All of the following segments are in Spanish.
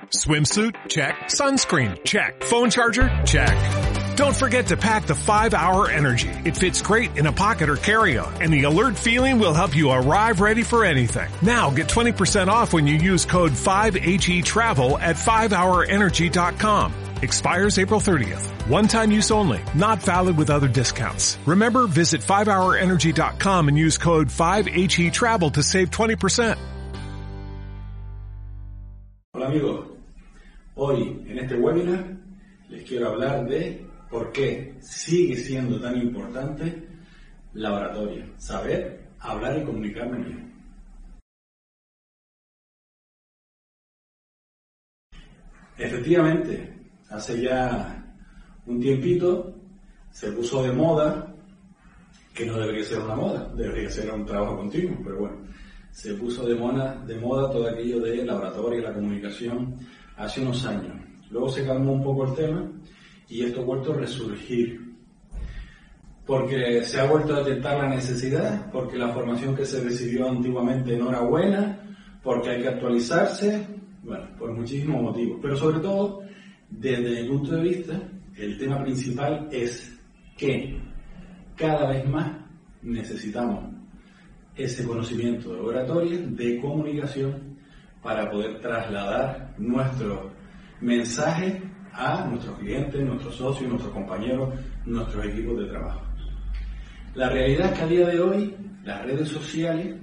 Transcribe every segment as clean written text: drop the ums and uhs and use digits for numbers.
Swimsuit? Check. Sunscreen? Check. Phone charger? Check. Don't forget to pack the 5-Hour Energy. It fits great in a pocket or carry-on, and the alert feeling will help you arrive ready for anything. Now get 20% off when you use code 5HETRAVEL at 5hourenergy.com. Expires April 30th. One-time use only. Not valid with other discounts. Remember, visit 5hourenergy.com and use code 5HETRAVEL to save 20%. Hola amigos, hoy en este webinar les quiero hablar de por qué sigue siendo tan importante la oratoria, saber hablar y comunicarme bien. Efectivamente, hace ya un tiempito se puso de moda, que no debería ser una moda, debería ser un trabajo continuo, pero bueno, se puso de moda todo aquello de la oratoria y la comunicación hace unos años. Luego se calmó un poco el tema y esto ha vuelto a resurgir. Porque se ha vuelto a detectar la necesidad, porque la formación que se recibió antiguamente no era buena, porque hay que actualizarse, bueno, por muchísimos motivos. Pero sobre todo, desde mi punto de vista, el tema principal es que cada vez más necesitamos ese conocimiento de oratoria, de comunicación, para poder trasladar nuestros mensajes a nuestros clientes, nuestros socios, nuestros compañeros, nuestros equipos de trabajo. La realidad es que a día de hoy las redes sociales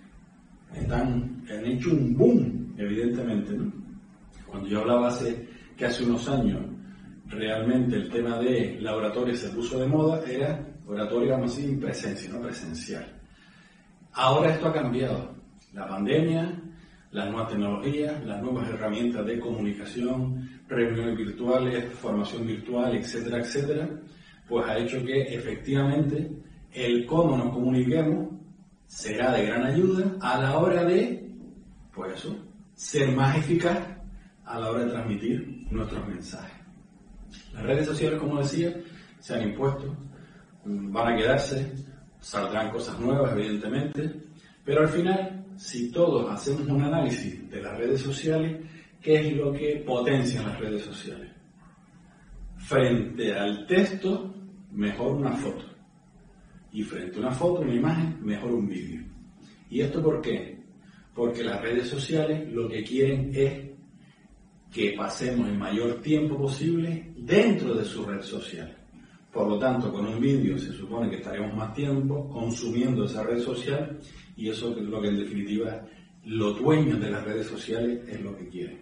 han hecho un boom, evidentemente, ¿no? Cuando yo hablaba hace unos años, realmente el tema de la oratoria se puso de moda, era oratoria, vamos a decir, en presencia, no presencial. Ahora esto ha cambiado. La pandemia, las nuevas tecnologías, las nuevas herramientas de comunicación, reuniones virtuales, formación virtual, etcétera, etcétera, pues ha hecho que efectivamente el cómo nos comuniquemos será de gran ayuda a la hora de, pues eso, ser más eficaz a la hora de transmitir nuestros mensajes. Las redes sociales, como decía, se han impuesto, van a quedarse, saldrán cosas nuevas, evidentemente, pero al final, si todos hacemos un análisis de las redes sociales, ¿qué es lo que potencian las redes sociales? Frente al texto, mejor una foto. Y frente a una foto, una imagen, mejor un vídeo. ¿Y esto por qué? Porque las redes sociales lo que quieren es que pasemos el mayor tiempo posible dentro de su red social. Por lo tanto, con un vídeo se supone que estaremos más tiempo consumiendo esa red social y eso es lo que en definitiva los dueños de las redes sociales es lo que quieren.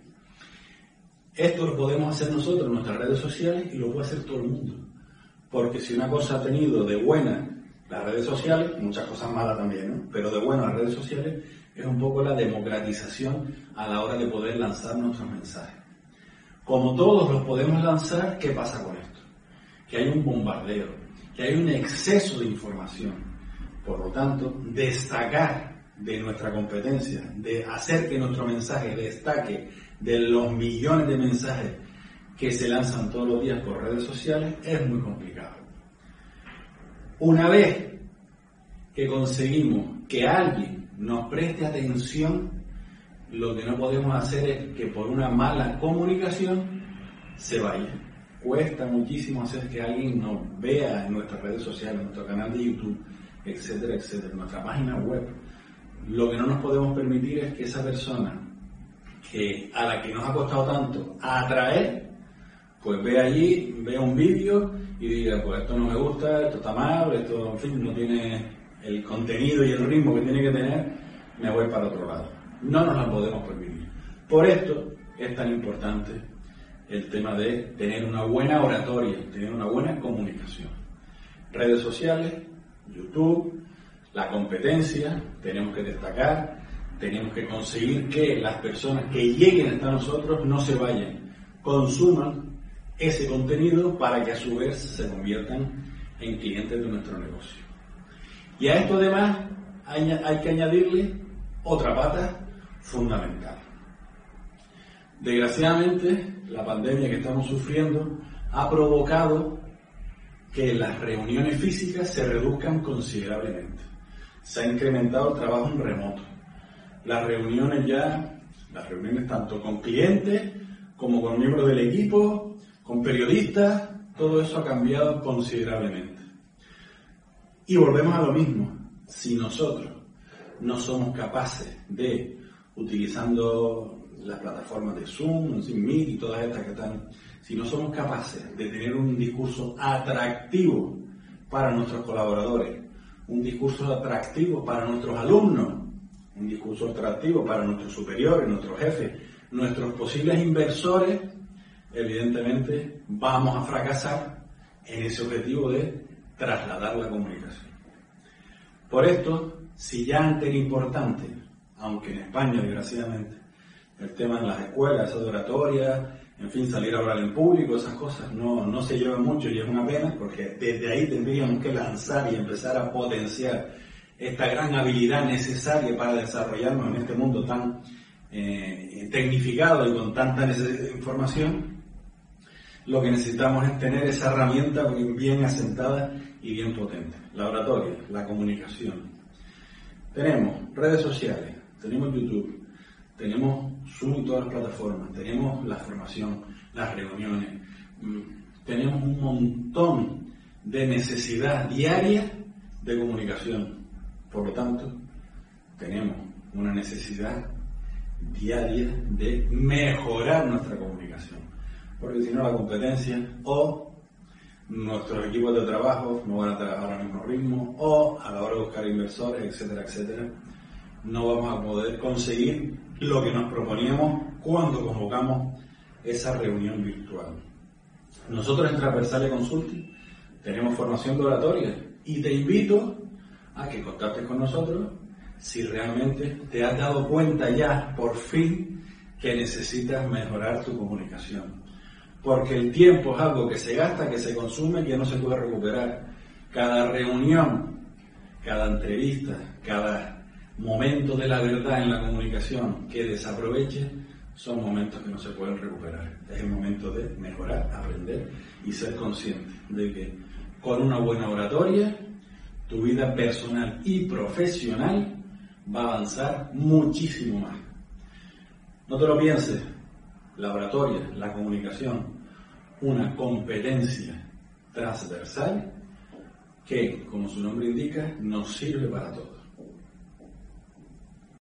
Esto lo podemos hacer nosotros en nuestras redes sociales y lo puede hacer todo el mundo. Porque si una cosa ha tenido de buena las redes sociales, muchas cosas malas también, ¿no? Pero de buena las redes sociales es un poco la democratización a la hora de poder lanzar nuestros mensajes. Como todos los podemos lanzar, ¿qué pasa con esto? Que hay un bombardeo, que hay un exceso de información. Por lo tanto, destacar de nuestra competencia, de hacer que nuestro mensaje destaque de los millones de mensajes que se lanzan todos los días por redes sociales, es muy complicado. Una vez que conseguimos que alguien nos preste atención, lo que no podemos hacer es que por una mala comunicación se vaya. Cuesta muchísimo hacer que alguien nos vea en nuestras redes sociales, en nuestro canal de YouTube, etcétera, etcétera, en nuestra página web. Lo que no nos podemos permitir es que esa persona a la que nos ha costado tanto atraer, pues vea allí, vea un vídeo y diga, pues esto no me gusta, esto está mal, esto, en fin, no tiene el contenido y el ritmo que tiene que tener, me voy para otro lado. No nos la podemos permitir. Por esto es tan importante el tema de tener una buena oratoria, tener una buena comunicación. Redes sociales, YouTube, la competencia, tenemos que destacar, tenemos que conseguir que las personas que lleguen hasta nosotros no se vayan, consuman ese contenido para que a su vez se conviertan en clientes de nuestro negocio. Y a esto además hay que añadirle otra pata fundamental. Desgraciadamente, la pandemia que estamos sufriendo ha provocado que las reuniones físicas se reduzcan considerablemente. Se ha incrementado el trabajo en remoto. Las reuniones tanto con clientes como con miembros del equipo, con periodistas, todo eso ha cambiado considerablemente. Y volvemos a lo mismo. Si nosotros no somos capaces de, utilizando las plataformas de Zoom, Meet y todas estas que están, si no somos capaces de tener un discurso atractivo para nuestros colaboradores, un discurso atractivo para nuestros alumnos, un discurso atractivo para nuestros superiores, nuestros jefes, nuestros posibles inversores, evidentemente vamos a fracasar en ese objetivo de trasladar la comunicación. Por esto, si ya antes era importante, aunque en España, desgraciadamente, el tema en las escuelas, esa de oratoria, en fin, salir a hablar en público, esas cosas no se llevan mucho y es una pena, porque desde ahí tendríamos que lanzar y empezar a potenciar esta gran habilidad necesaria para desarrollarnos en este mundo tan tecnificado y con tanta información. Lo que necesitamos es tener esa herramienta bien asentada y bien potente. La oratoria, la comunicación. Tenemos redes sociales, tenemos YouTube, tenemos Zoom y todas las plataformas, tenemos la formación, las reuniones, tenemos un montón de necesidad diaria de comunicación. Por lo tanto, tenemos una necesidad diaria de mejorar nuestra comunicación. Porque si no, la competencia o nuestros equipos de trabajo no van a trabajar al mismo ritmo, o a la hora de buscar inversores, etcétera, etcétera, no vamos a poder conseguir lo que nos proponíamos cuando convocamos esa reunión virtual. Nosotros en Transversales Consulting tenemos formación de oratoria y te invito a que contactes con nosotros si realmente te has dado cuenta ya, por fin, que necesitas mejorar tu comunicación. Porque el tiempo es algo que se gasta, que se consume, que no se puede recuperar. Cada reunión, cada entrevista, cada momento de la verdad en la comunicación que desaproveche, son momentos que no se pueden recuperar. Es el momento de mejorar, aprender y ser consciente de que con una buena oratoria, tu vida personal y profesional va a avanzar muchísimo más. No te lo pienses, la oratoria, la comunicación, una competencia transversal que, como su nombre indica, nos sirve para todo.